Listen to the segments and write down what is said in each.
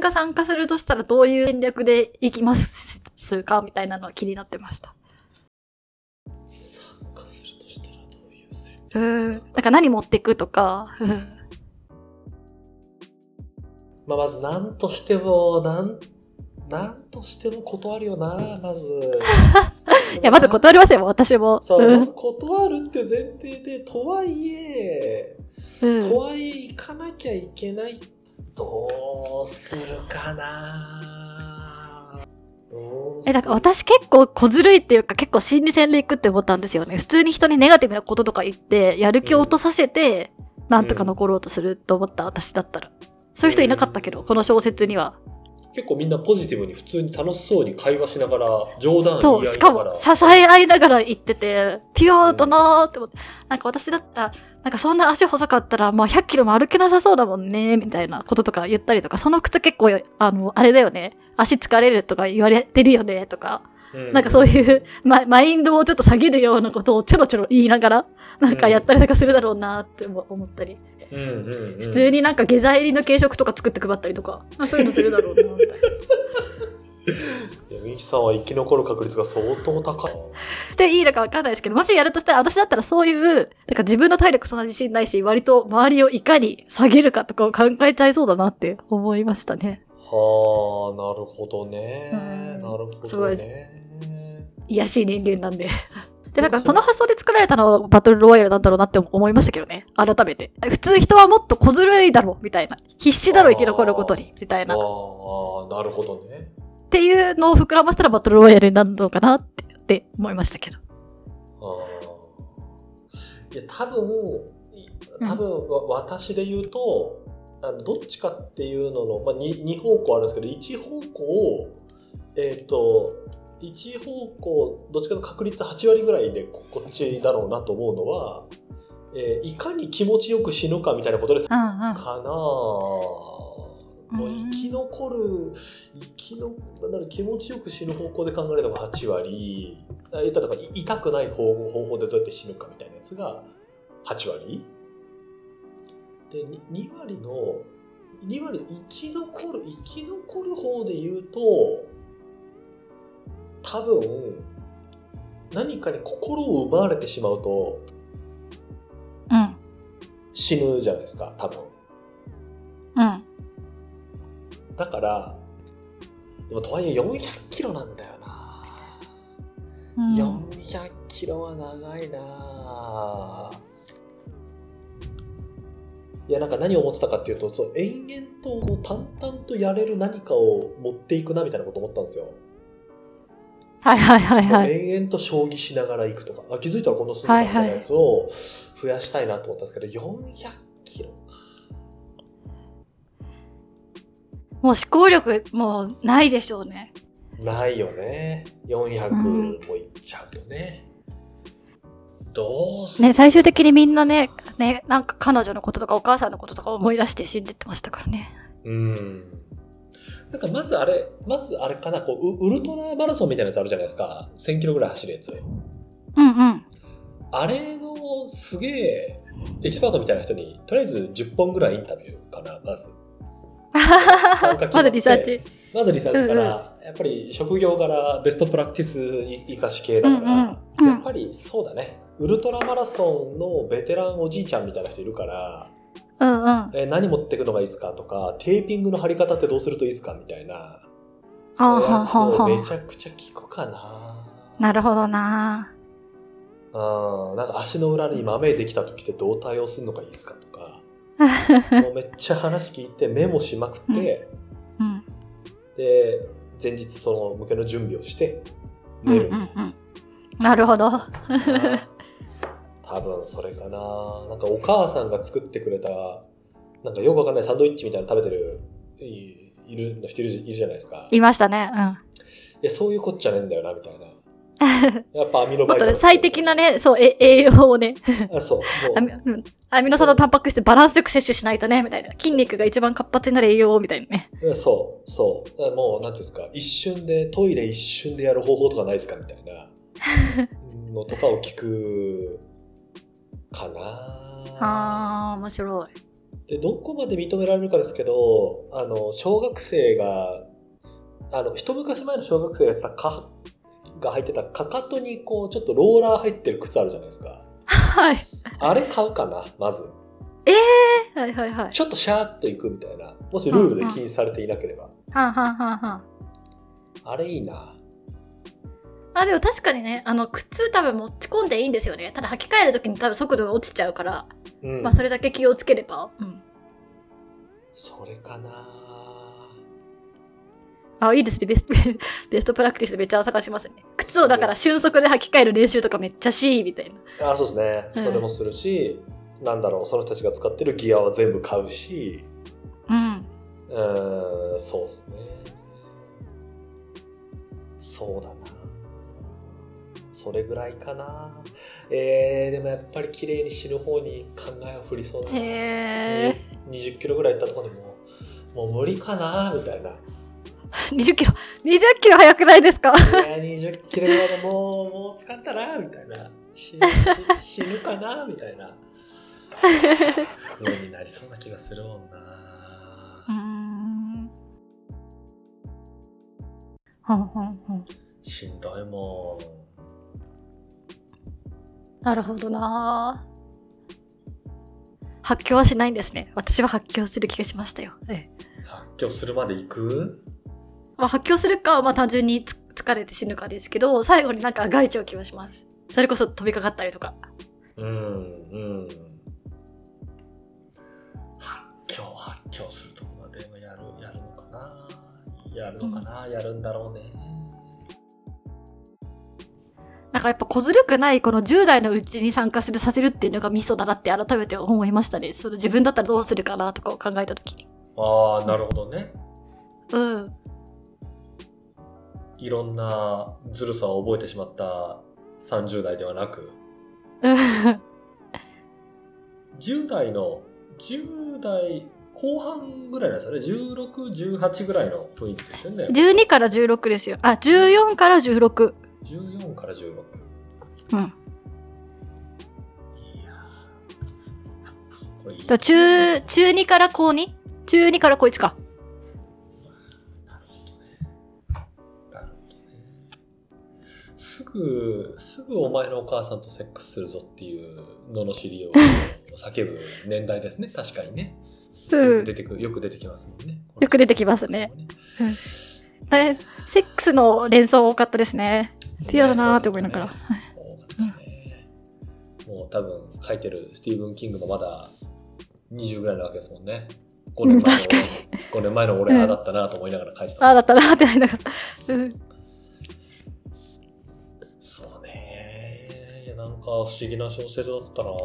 が参加するとしたらどういう戦略でいきますかみたいなのは気になってました。 参加するとしたらどういう戦略？ なんか何持っていくとか。 まあ、まず何としても断るよな、まず。 いや、まず断りますよ、私も。 そう、まず断るっていう前提で、とはいえ行かなきゃいけない。どうするかな。 だから私結構小ずるいっていうか結構心理戦でいくって思ったんですよね。普通に人にネガティブなこととか言ってやる気を落とさせて、なんとか残ろうとすると思った私だったら。そういう人いなかったけど、この小説には。 結構みんなポジティブに普通に楽しそうに会話しながら、冗談言い合いながら。 しかも支え合いながら言ってて、ピュアだなーって思って。なんか私だったら、なんかそんな足細かったら、まあ100キロも歩けなさそうだもんね、みたいなこととか言ったりとか、その靴結構、あれだよね、足疲れるとか言われてるよね、とか、なんかそういう、マインドをちょっと下げるようなことをちょろちょろ言いながら、なんかやったりとかするだろうなって思ったり。普通になんか下剤入りの軽食とか作って配ったりとか、そういうのするだろうな、みたいな。 みきさんは生き残る確率が相当高い。 していいのか分かんないですけど、もしやるとしたら、私だったらそういう、なんか自分の体力そんな自信ないし、割と周りをいかに下げるかとかを考えちゃいそうだなって思いましたね。 はあ、なるほどね。なるほどね。 すごい癒しい人間なんで。で、なんかその発想で作られたのはバトルロワイヤルなんだろうなって思いましたけどね。改めて。普通人はもっと小ずるいだろ、みたいな。必死だろ、生き残ることに、みたいな。 ああ、なるほどね。 っていうのを膨らましたらバトルロワイヤルになるのかなって思いましたけど。 いや、多分、私で言うと、どっちかっていうのの、2方向あるんですけど、1方向、1方向、どっちかと確率8割ぐらいでこっちだろうなと思うのは、いかに気持ちよく死ぬかみたいなことですかな。もう生き残る気持ちよく死ぬ方向で考えるのが8割、言ったら痛くない方法でどうやって死ぬかみたいなやつが8割で、2割生き残る方で言うと、多分何かに心を奪われてしまうと、死ぬじゃないですか、多分。だからでもとはいえ400キロなんだよな。400キロは長いな。いや、なんか何を思ってたかっていうと、延々とこう淡々とやれる何かを持っていくなみたいなこと思ったんですよ。延々と将棋しながら行くとか、気づいたらこの数みたいなやつを増やしたいなと思ったんですけど、400キロか。 もう思考力もうないでしょうね。 ないよね。400もいっちゃうとね。どうするね、最終的にみんなね、なんか彼女のこととかお母さんのこととか思い出して死んでってましたからね。 なんかまずあれかな、ウルトラマラソンみたいなやつあるじゃないですか。1000キロぐらい走るやつ。あれのすげえエキスパートみたいな人にとりあえず10本ぐらいインタビューかな、まず。 まずリサーチから、やっぱり職業柄ベストプラクティス生かし系だから、やっぱりそうだね、ウルトラマラソンのベテランおじいちゃんみたいな人いるから、何持っていくのがいいですかとか、テーピングの貼り方ってどうするといいですかみたいなやつをめちゃくちゃ聞くかな。 なるほどな。 なんか足の裏に豆できた時ってどう対応するのがいいですかとかもうめっちゃ話聞いてメモしまくって、で前日その向けの準備をして寝る。 なるほど。 多分それかな。なんかお母さんが作ってくれたなんかよくわかんないサンドイッチみたいなの食べてるいる人いるじゃないですか。 いましたね。 いや、そういうこっちゃねえんだよなみたいな。やっぱアミノバイタル最適なね、そう栄養をね、アミノ酸のタンパク質バランスよく摂取しないとねみたいな、筋肉が一番活発になる栄養みたいなね。 そうもうなんていうんですか、トイレ一瞬でやる方法とかないですかみたいなのとかを聞くかな。 面白い。 でどこまで認められるかですけど、小学生が一昔前の小学生がやってたが入ってたかかとにこうちょっとローラー入ってる靴あるじゃないですか。 はい。 あれ買うかなまず。 はいはいはい。 ちょっとシャーっといくみたいな。もしルールで禁止されていなければ。 はんはんはんはん。 あれいいな。 でも確かにね、靴多分持ち込んでいいんですよね。ただ履き替えるときに多分速度が落ちちゃうから、まあそれだけ気をつければ。 それかな。 いいですね。ベストプラクティスめっちゃ探しますね。靴をだから瞬足で履き替える練習とかめっちゃしみたいな。 そうですね。それもするし、その人たちが使ってるギアは全部買うし。そうですね。そうだな。それぐらいかな。でもやっぱり綺麗に死ぬ方に考えを振りそうだな。20キロぐらい行ったところでもう無理かなみたいな。 20キロ早くないですか？ 20キロぐらいでもう疲れたなみたいな。死ぬかなみたいな。ようになりそうな気がするもんな。しんどいもん。 なるほどな。発狂はしないんですね。私は発狂する気がしましたよ。 発狂するまで行く？ 発狂するかは単純に疲れて死ぬかですけど、最後になんかあがいちゃう気はします。それこそ飛びかかったりとか。 発狂するとこまでやるのかな。やるのかな、やるんだろうね。 なんかやっぱ小ずるくないこの10代のうちに参加させるっていうのがミソだなって改めて思いましたね。その自分だったらどうするかなとかを考えたときに。 なるほどね。いろんなずるさを覚えてしまった30代ではなく、10代後半ぐらいなんですよね。16、18ぐらいの雰囲気ですよね。 12から16ですよ。14から16。 14から16。 いやこれいい。 中2から高 2？ 中2から高1か。 なるほどね。すぐお前のお母さんとセックスするぞっていう罵りを叫ぶ年代ですね。確かにね。よく出てきますもんね。 よく出てきますね。セックスの連想多かったですね。ピュアだなーって思いながら。 多かったね。もう多分書いてるスティーブン・キングもまだ20ぐらいなわけですもんね。5年前の俺だったなと思いながら書いてた。 だったなってなりながら。 そうね。いやなんか不思議な小説だったな。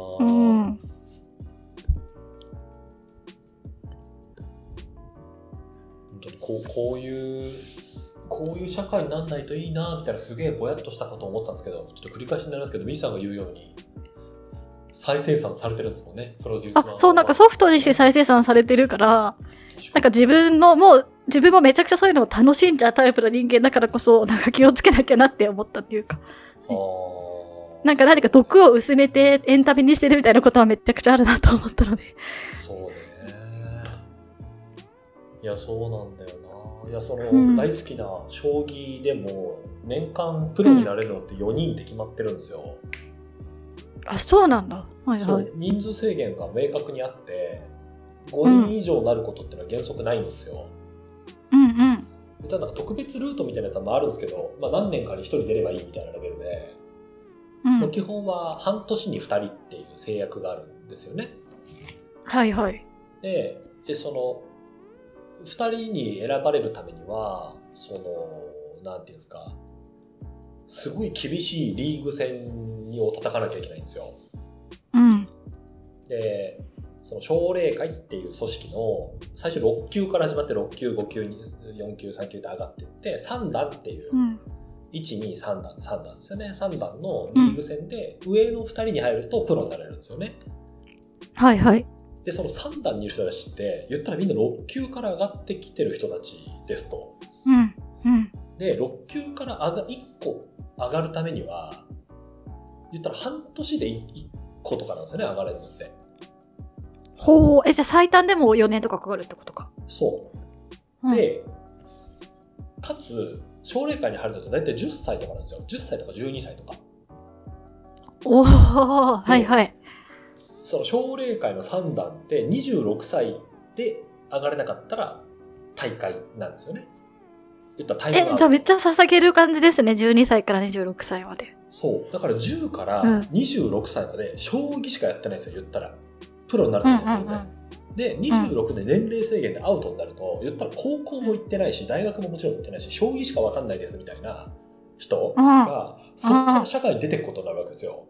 こういう社会になんないといいなみたいなすげえぼやっとしたことを思ってたんですけど、ちょっと繰り返しになりますけど、ミーさんが言うように再生産されてるんですもんね、プロデュースは。 そう、なんかソフトにして再生産されてるから、なんか自分もめちゃくちゃそういうのを楽しんじゃうタイプの人間だからこそ、なんか気をつけなきゃなって思ったっていうか。なんか何か毒を薄めてエンタメにしてるみたいなことはめちゃくちゃあるなと思ったので。 そうね。いや、そうなんだよな。いや、大好きな将棋でも年間プロになれるのって4人って決まってるんですよ。そうなんだ。 そう人数制限が明確にあって5人以上なることってのは原則ないんですよ。ただ特別ルートみたいなやつはあるんですけど、何年かに1人出ればいいみたいなレベルで、基本は半年に2人っていう制約があるんですよね。でその2人に選ばれるためにはなんていうんですか、すごい厳しいリーグ戦を戦わなきゃいけないんですよ。でその奨励会っていう組織の最初6級から始まって6級5級4級3級って上がっていって3段っていう、1,2,3 段ですよね。3段のリーグ戦で上の2人に入るとプロになれるんですよね。でその3段にいる人たちって言ったらみんな6級から上がってきてる人たちですと。で6級から1個上がるためには言ったら半年で1個とかなんですよね、上がれるのって。 ほう、じゃあ最短でも4年とかかかるってことか。 そう。で、かつ、奨励会に入るのって大体10歳とかなんですよ。10歳とか12歳とか。 おお、はいはい。 その奨励会の3段って26歳で上がれなかったら退会なんですよね。言ったらタイムアウト。 じゃあめっちゃ捧げる感じですね。12歳から26歳まで。 そう。だから10から26歳まで将棋しかやってないんですよ、言ったら。プロになると思ってるんで。で、26で年齢制限でアウトになると、言ったら高校も行ってないし、大学ももちろん行ってないし、将棋しか分かんないですみたいな人が、そこから社会に出ていくことになるわけですよ。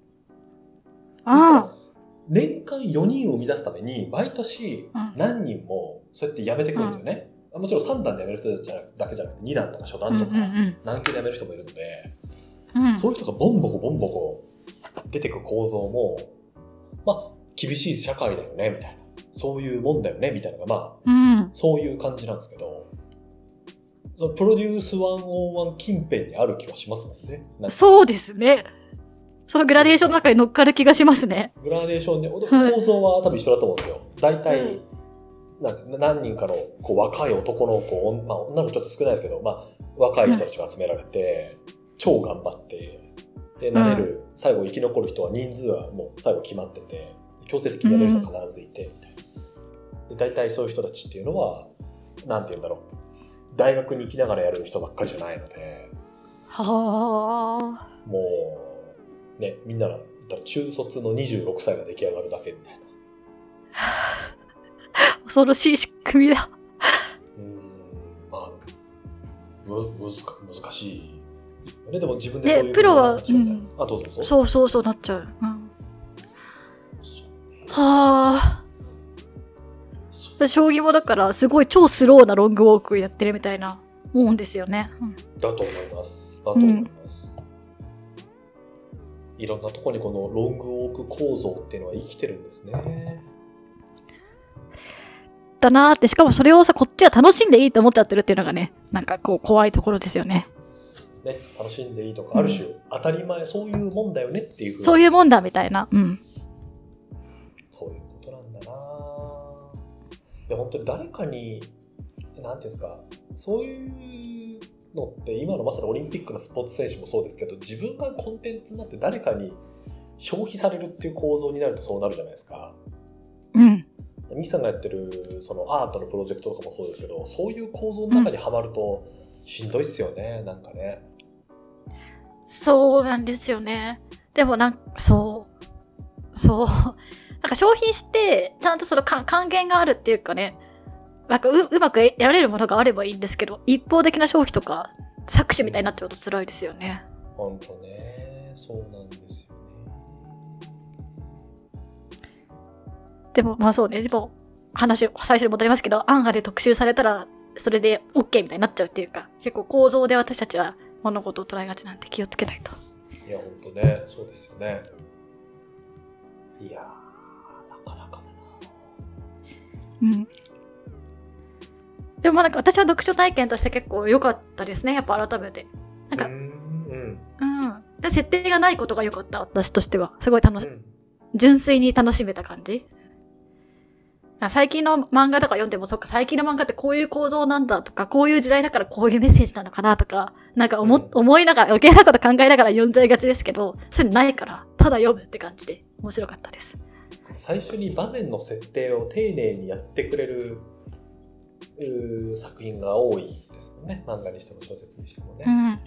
年間4人を生み出すために、毎年何人もそうやって辞めていくんですよね。もちろん3段で辞める人だけじゃなくて、2段とか初段とか、何級で辞める人もいるので、そういう人がボンボコボンボコ出ていく構造も、まあ、厳しい社会だよね、みたいな。そういうもんだよね、みたいなのが、まあ、そういう感じなんですけど、そのプロデュース101近辺にある気はしますもんね。 そうですね。そのグラデーションの中に乗っかる気がしますね。 グラデーションで、構造は多分一緒だと思うんですよ。大体、何人かのこう若い男の子、まあ、女の子ちょっと少ないですけど、まあ、若い人たちが集められて、超頑張って、で、なれる、最後生き残る人は人数はもう最後決まってて、強制的にやめる人は必ずいて、みたいな。で、大体そういう人たちっていうのは、なんて言うんだろう。大学に行きながらやる人ばっかりじゃないので、 もう、ね、みんなが中卒の26歳が出来上がるだけみたいな。 恐ろしい仕組みだ。 まあ、難しい。でも自分でそういうプロは、 どうぞ。 そうなっちゃう。はあ。将棋もだからすごい超スローなロングウォークやってるみたいなもんですよね。 だと思います。いろんなところにこのロングウォーク構造っていうのは生きてるんですね。 だなーって、しかもそれをさ、こっちは楽しんでいいと思っちゃってるっていうのがね、なんかこう怖いところですよね。 楽しんでいいとか、ある種当たり前、そういうもんだよねっていう風に。 そういうもんだみたいな。 そういうことなんだな。いや本当に誰かに、なんていうんですか、そういうのって今のまさにオリンピックのスポーツ選手もそうですけど、自分がコンテンツになって誰かに消費されるっていう構造になるとそうなるじゃないですか。ミキさんがやってるそのアートのプロジェクトとかもそうですけど、そういう構造の中にはまるとしんどいっすよね、なんかね。 そうなんですよね。でもそうなんか消費してちゃんとその還元があるっていうかね、なんか うまく得られるものがあればいいんですけど、一方的な消費とか搾取みたいになっちゃうと辛いですよね。 本当ね、そうなんですよね。 でもまあそうね、でも話最初に戻りますけど、アンガで特集されたらそれで OK みたいになっちゃうっていうか、結構構造で私たちは物事を捉えがちなんで気をつけないと。 いや本当ね、そうですよね。いやなかなかだな。 でもなんか私は読書体験として結構良かったですね、やっぱ改めて。なんか設定がないことが良かった、私としては。すごい純粋に楽しめた感じ。最近の漫画とか読んでも、そっか、最近の漫画ってこういう構造なんだとか、こういう時代だからこういうメッセージなのかなとか、なんか思いながら、余計なこと考えながら読んじゃいがちですけど、そういうのないから、ただ読むって感じで面白かったです。 最初に場面の設定を丁寧にやってくれる作品が多いですもんね。漫画にしても小説にしてもね。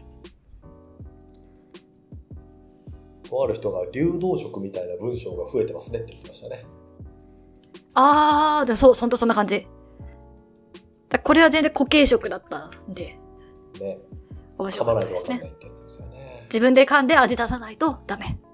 とある人が流動食みたいな文章が増えてますねって言ってましたね。 じゃあそう、ほんとそんな感じ。これは全然固形食だったんで。 ね。 面白かったですね。 噛まないと分かんないってやつですよね。 自分で噛んで味出さないとダメ。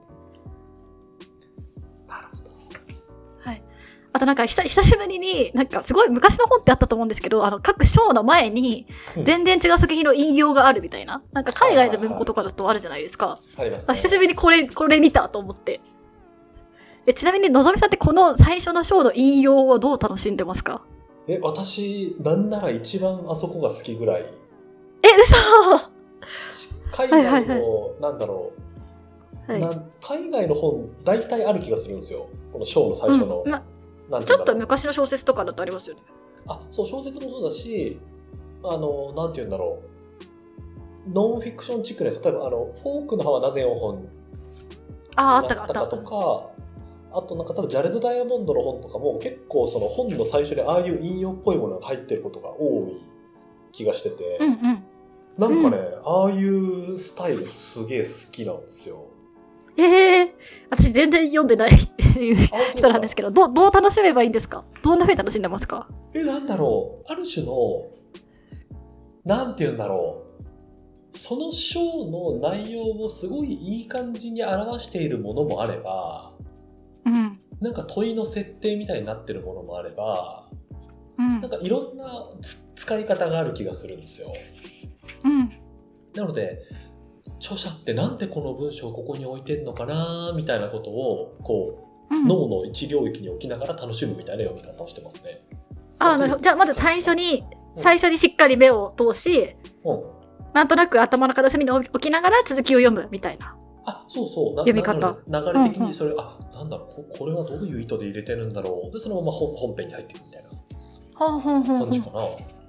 なるほど。 はい。あとなんか久しぶりに、なんかすごい昔の本ってあったと思うんですけど、各章の前に全然違う作品の引用があるみたいな。なんか海外の文庫とかだとあるじゃないですか。 ありますね。 久しぶりにこれ見たと思って。ちなみにのぞみさんってこの最初の章の引用をどう楽しんでますか？ 私なんなら一番あそこが好きぐらい。 嘘。 海外の、なんだろう、海外の本大体ある気がするんですよ、この章の最初のなんてちょっと昔の小説とかだとありますよね。 そう、小説もそうだし、なんて言うんだろう、ノンフィクションチックなやつ、例えばフォークの葉はなぜ4本あったとか、あとなんか多分ジャレド・ダイヤモンドの本とかも結構その本の最初にああいう引用っぽいものが入ってることが多い気がしてて、 うんうん、 なんかね、ああいうスタイルすげえ好きなんですよ。 私全然読んでないっていう人なんですけど、どう楽しめばいいんですか？どんな風に楽しんでますか？ なんだろう、ある種のなんて言うんだろう、その章の内容をすごいいい感じに表しているものもあれば、なんか問いの設定みたいになってるものもあれば、なんかいろんな使い方がある気がするんですよ。なので著者ってなんでこの文章をここに置いてんのかなみたいなことをこう、脳の一領域に置きながら楽しむみたいな読み方をしてますね。 なるほど。じゃあまず最初にしっかり目を通し、なんとなく頭の片隅に置きながら続きを読むみたいな。 そうそう、 読み方。 流れ的にそれ、なんだろう、これはどういう意図で入れてるんだろう。でそのまま本編に入っていくみたいな感じかな。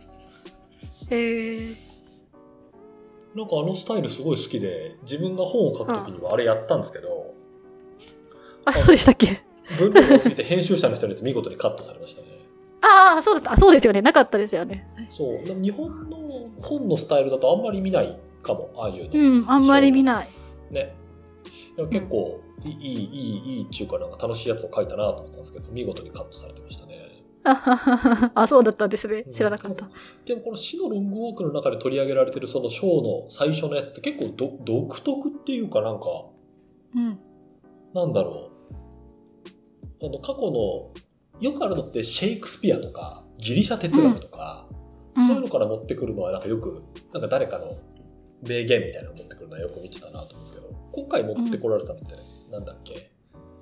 なんかスタイルすごい好きで、自分が本を書くときにはあれやったんですけど、 そうでしたっけ？ 文量が多すぎて編集者の人によって見事にカットされましたね。 そうだった。そうですよね。なかったですよね。 そう、日本の本のスタイルだとあんまり見ないかも、ああいうの。 あんまり見ない。 ね。結構いいっていうか、なんか楽しいやつを書いたなと思ったんですけど、見事にカットされてましたね。 そうだったんですね。知らなかった。 でもこの死のロングウォークの中で取り上げられてるその章の最初のやつって結構独特っていうか、なんか、なんだろう、過去のよくあるのってシェイクスピアとかギリシャ哲学とか、そういうのから持ってくるのはなんかよくなんか誰かの名言みたいなの持ってくるのはよく見てたなと思うんですけど、今回持ってこられたのってなんだっけ、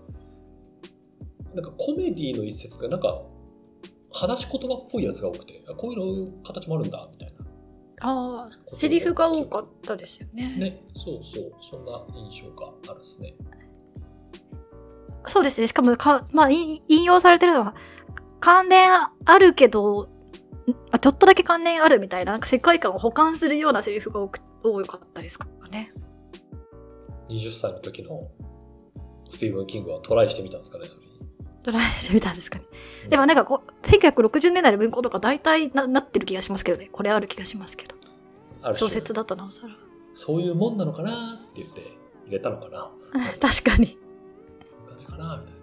なんかコメディの一節でなんか話し言葉っぽいやつが多くて、こういう形もあるんだみたいな。 セリフが多かったですよね。 ね、そう、そんな印象があるんですね。 そうですね。しかも引用されてるのは関連あるけど、ちょっとだけ関連あるみたいな、なんか世界観を補完するようなセリフが多かったですかね。 20歳の時のスティーブン・キングはトライしてみたんですかね、それに。 トライしてみたんですかね。でもなんか1960年代の文庫とか大体 なってる気がしますけどね。これある気がしますけど。小説だとなおさら。そういうもんなのかなって言って入れたのかな。 確かに。 そういう感じかなみたい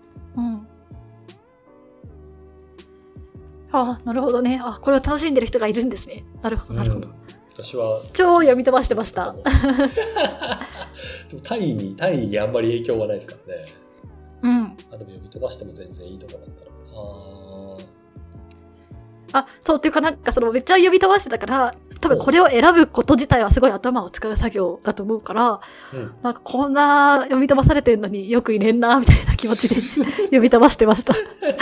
な。なるほどね。これを楽しんでる人がいるんですね。なるほど、なるほど。 私は超読み飛ばしてました。 でもタイにあんまり影響はないですからね。でも読み飛ばしても全然いいところなんだろう。 そうっていうか、なんかめっちゃ読み飛ばしてたから、多分これを選ぶこと自体はすごい頭を使う作業だと思うから、なんかこんな読み飛ばされてるのによく入れんなみたいな気持ちで読み飛ばしてました。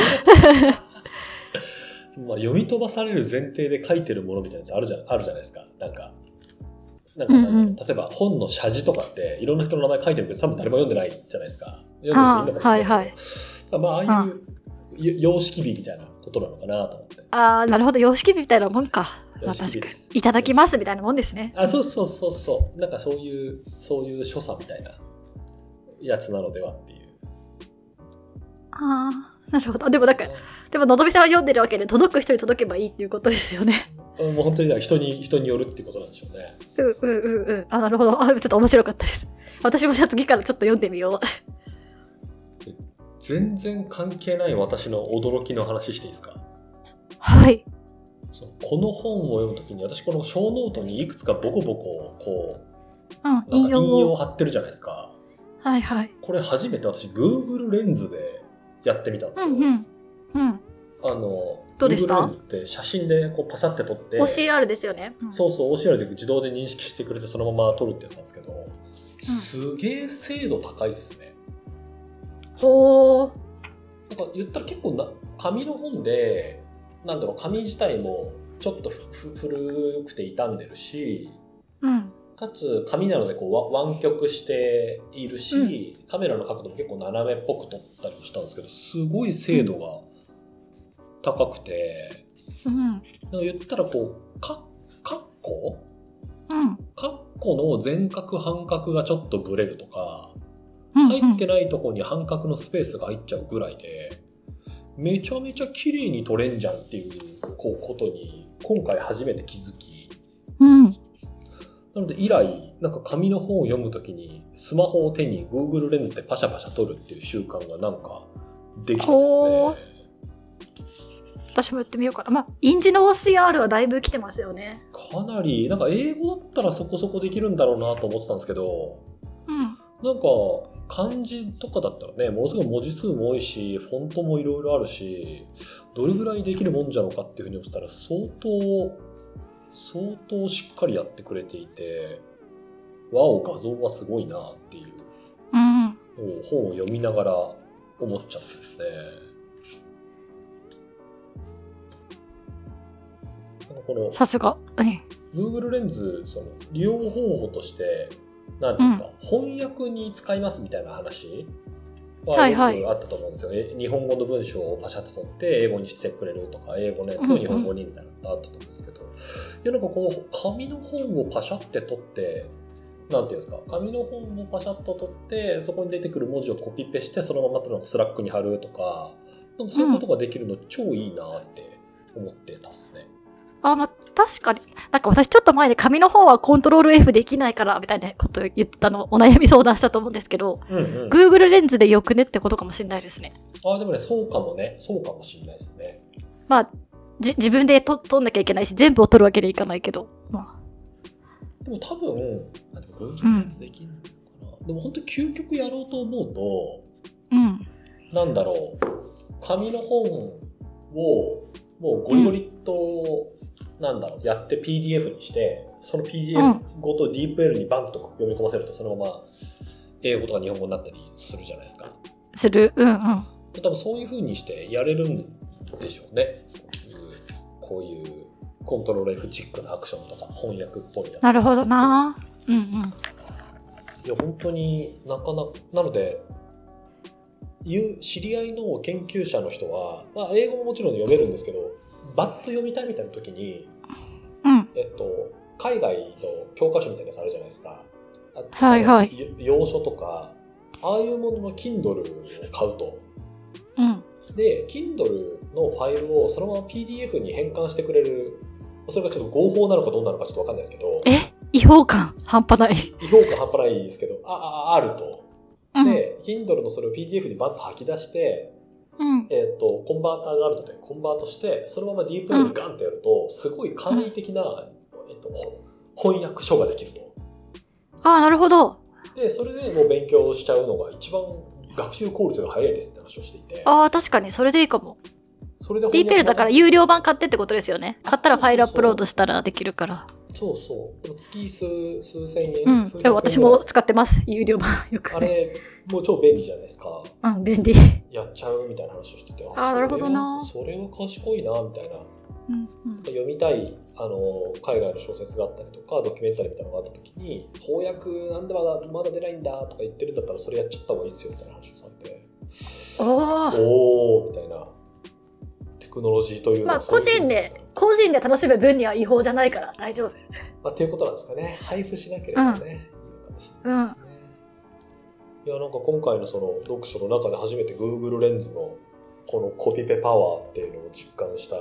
読み飛ばされる前提で書いてるものみたいなやつあるじゃないですか。なんか例えば本の謝辞とかっていろんな人の名前書いてるけど多分誰も読んでないじゃないですか。読んでる人いるのかもしれないですけど、ああいう様式美みたいなことなのかなと思って。 なるほど、様式美みたいなもんか。確かにいただきますみたいなもんですね。 そうなんかそういう所作みたいなやつなのではっていう。 なるほど。でものぞみさんは読んでるわけで、届く人に届けばいいっていうことですよね。 もう本当に人によるっていうことなんでしょうね。 なるほど。ちょっと面白かったです。私もじゃあ次からちょっと読んでみよう。 全然関係ない私の驚きの話していいですか？ はい。 この本を読むときに私この小ノートにいくつかボコボコこう、 引用を貼ってるじゃないですか。 はいはい。 これ初めて私 Google レンズでやってみたんですよ。 どうでした？ Google レンズって写真でこうパシャって撮って OCR ですよね。 そう OCR で自動で認識してくれてそのまま撮るってやつなんですけど、すげえ精度高いっすね。なんか言ったら結構紙の本で紙自体もちょっと古くて傷んでるし、 かつ紙なのでこう湾曲しているし、カメラの角度も結構斜めっぽく撮ったりもしたんですけど、すごい精度が高くて、なんか言ったらこうカッコの全角半角がちょっとブレるとか、入ってないとこに半角のスペースが入っちゃうぐらいで、めちゃめちゃ綺麗に撮れんじゃんっていうことに今回初めて気づき、なので以来なんか紙の本を読むときにスマホを手に Google レンズでパシャパシャ撮るっていう習慣がなんかできたですね。 私もやってみようかな。まあ印字の OCR はだいぶ来てますよね。 かなりなんか英語だったらそこそこできるんだろうなと思ってたんですけど、なんか漢字とかだったらね、ものすごい文字数も多いしフォントもいろいろあるし、どれぐらいできるもんじゃろうかっていうふうに思ってたら相当しっかりやってくれていて、わお画像はすごいなっていう、本を読みながら思っちゃってですね。このさすが、 Google レンズ、その利用方法としてなんていうんですか、翻訳に使いますみたいな話はよくあったと思うんですよ。日本語の文章をパシャッと取って英語にしてくれるとか、英語のやつを日本語にみたいなのがあったと思うんですけど、いやなんかこの紙の本をパシャって取って、なんていうんですか、紙の本をパシャッと取ってそこに出てくる文字をコピペしてそのままスラックに貼るとか、なんかそういうことができるの超いいなって思ってたっすね。 まあ確かに。なんか私ちょっと前で紙の方はコントロール F できないからみたいなことを言ったの、お悩み相談したと思うんですけど、Google レンズでよくねってことかもしれないですね。 でもね、そうかもしれないですね。 まあ自分で撮んなきゃいけないし、全部を撮るわけにいかないけど、 でも多分Google レンズできるのかな。でも本当に究極やろうと思うと、なんだろう、紙の本をもうゴリゴリと、なんだろう、やって PDF にして、その PDF ごと DeepL にバンと読み込ませると、そのまま英語とか日本語になったりするじゃないですか。 する。多分そういう風にしてやれるんでしょうね。こういうコントロール F チックなアクションとか翻訳っぽいやつ。 なるほどな。いや本当になので、知り合いの研究者の人は、英語ももちろん読めるんですけど、バッと読みたいみたいな時に、海外の教科書みたいなやつあるじゃないですか。洋書とか、ああいうものの Kindle を買うと。で、Kindle のファイルをそのまま PDF に変換してくれる、それがちょっと合法なのかどうなのかちょっと分かんないですけど。 違法感半端ない。 違法感半端ないですけど、あると。で、Kindle のそれを PDF にバッと吐き出して、コンバーターがあるのでコンバートしてそのまま DeepL にガンってやると、すごい簡易的な、翻訳書ができると。 なるほど。 でそれでもう勉強しちゃうのが一番学習効率が早いですって話をしていて。 確かにそれでいいかも。それで DeepL だから有料版買ってってことですよね。買ったらファイルアップロードしたらできるから。 そうそう。でも月数千円。 でも私も使ってます。有料版よく。 あれもう超便利じゃないですか。 便利。 やっちゃうみたいな話をしてて、 なるほどな。 それは賢いなみたいな。読みたい海外の小説があったりとかドキュメンタリーみたいなのがあった時に、翻訳なんでまだ出ないんだとか言ってるんだったらそれやっちゃった方がいいっすよみたいな話をされて、おーみたいな。テクノロジーというのは個人で楽しむ分には違法じゃないから大丈夫。 っていうことなんですかね。配布しなければね、いいのかもしれないですね。いやなんか今回のその読書の中で初めて Google レンズのこのコピペパワーっていうのを実感した。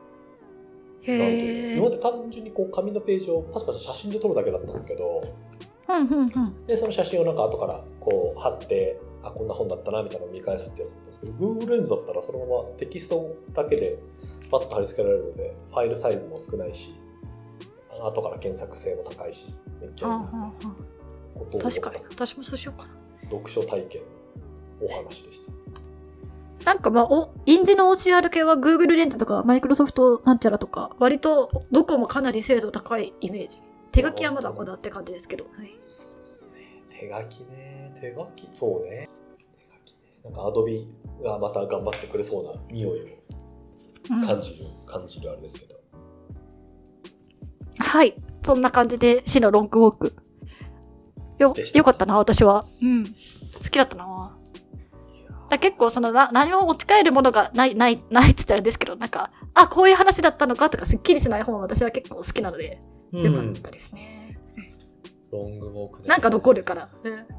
今まで単純にこう紙のページをパシパシ写真で撮るだけだったんですけど、でその写真をなんか後からこう貼ってこんな本だったなみたいなのを見返すってやつなんですけど、 Google レンズだったらそのままテキストだけでパッと貼り付けられるので、ファイルサイズも少ないし後から検索性も高いし、めっちゃいいなってことを思った。 確かに私もそうしようかな。 読書体験のお話でした。 なんか印字の OCR 系は Google レンズとか Microsoft なんちゃらとか割とどこもかなり精度高いイメージ。手書きはまだまだって感じですけど、 そうですね。手書きそうね。手書きね。なんか Adobe がまた頑張ってくれそうな匂いを感じるあれですけど。 はい、そんな感じで市のロングウォークよでしたかったな、私は。うん。好きだったな。結構何も持ち帰るものがないって言ったらあれですけど、なんか、あ、こういう話だったのかとかすっきりしない本は私は結構好きなので、よかったですね。 ロングウォークで、 なんか残るから、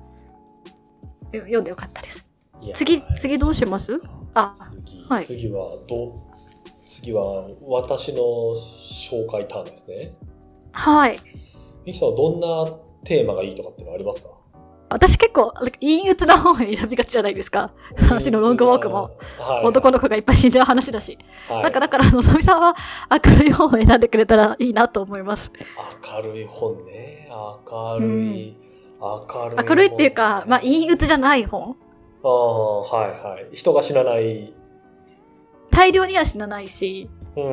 読んでよかったです。次どうします？はい、 次は私の紹介ターンですね。 はい。 ミキさんはどんなテーマがいいとかっていうのありますか？ 私結構陰鬱な本を選びがちじゃないですか。私のロングウォークも、男の子がいっぱい死んじゃう話だし、だからのぞみさんは明るい本を選んでくれたらいいなと思います。 明るい本ね。明るいっていうか、陰鬱じゃない本。 人が死なない、 大量には死なないし、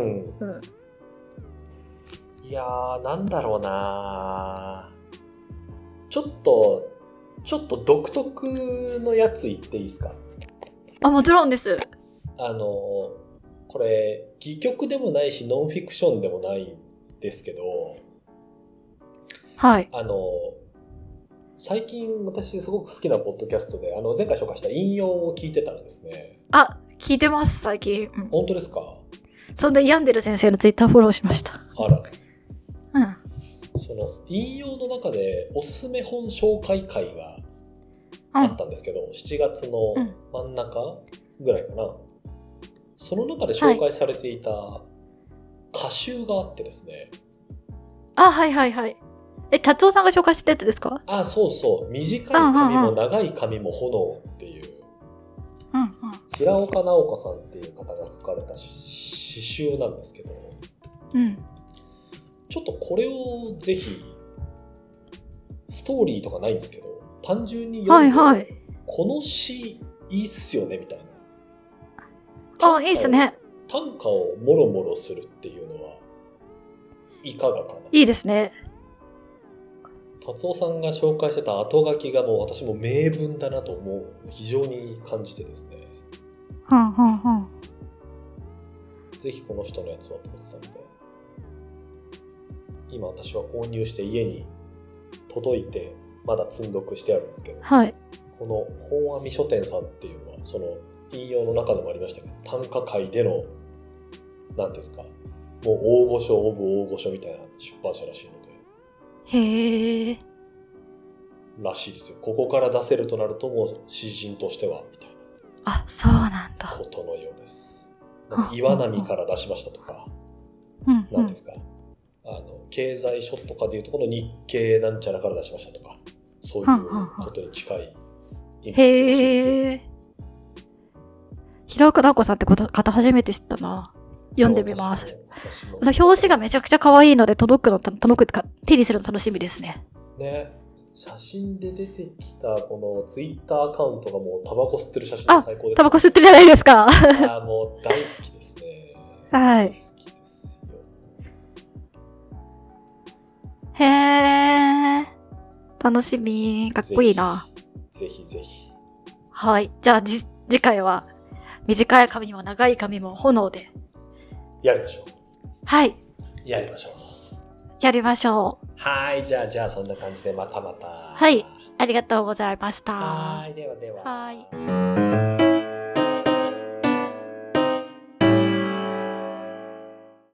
いやー、なんだろうな、ちょっと独特のやつ言っていいですか？ もちろんです。 これ戯曲でもないしノンフィクションでもないんですけど、 はい。 最近私すごく好きなポッドキャストで前回紹介した引用を聞いてたらですね。 聞いてます最近。 本当ですか？ そんでヤンデル先生のツイッターフォローしました。 あら。その引用の中でおすすめ本紹介会があったんですけど、7月の真ん中ぐらいかな、その中で紹介されていた歌集があってですね。 はい達夫さんが紹介したやつですか？ そうそう、短い紙も長い紙も炎っていう、平岡直子さんっていう方が書かれた詩集なんですけど、ちょっとこれをぜひ、ストーリーとかないんですけど、単純に読んで、この詩いいっすよねみたいな。 いいっすね。 短歌をもろもろするっていうのはいかがかな。 いいですね。 達夫さんが紹介してた後書きがもう私も名文だなと思う、非常に感じてですね。ぜひこの人のやつはと思ってたので、今私は購入して家に届いてまだ積んどくしてあるんですけど、この本阿弥書店さんっていうのはその引用の中でもありましたけど、短歌界でのなんていうんですか、もう大御所オブ大御所みたいな出版社らしいので。 へー。 らしいですよ。ここから出せるとなるともう詩人としてはみたいな。そうなんだ。 ことのようです。岩波から出しましたとか、なんていうんですか、経済書とかでいうとこの日経なんちゃらから出しましたとか、そういうことに近い意味らしいですよ。へー。 平岡直子さんって方初めて知ったな。読んでみます。表紙がめちゃくちゃ可愛いので届くってか手にするの楽しみですね。 写真で出てきたこのツイッターアカウントがもうタバコ吸ってる写真が最高ですね。 タバコ吸ってるじゃないですか。 もう大好きですね。 はい。 大好きですよ。 へー。楽しみ。かっこいいな。 ぜひぜひ。 はい。じゃあ次回は短い髪も長い髪も炎で。 やりましょう。 はい。 やりましょう。 やりましょう。 はい。じゃあそんな感じでまた。 はい。ありがとうございました。 はい。ではでは。 はい。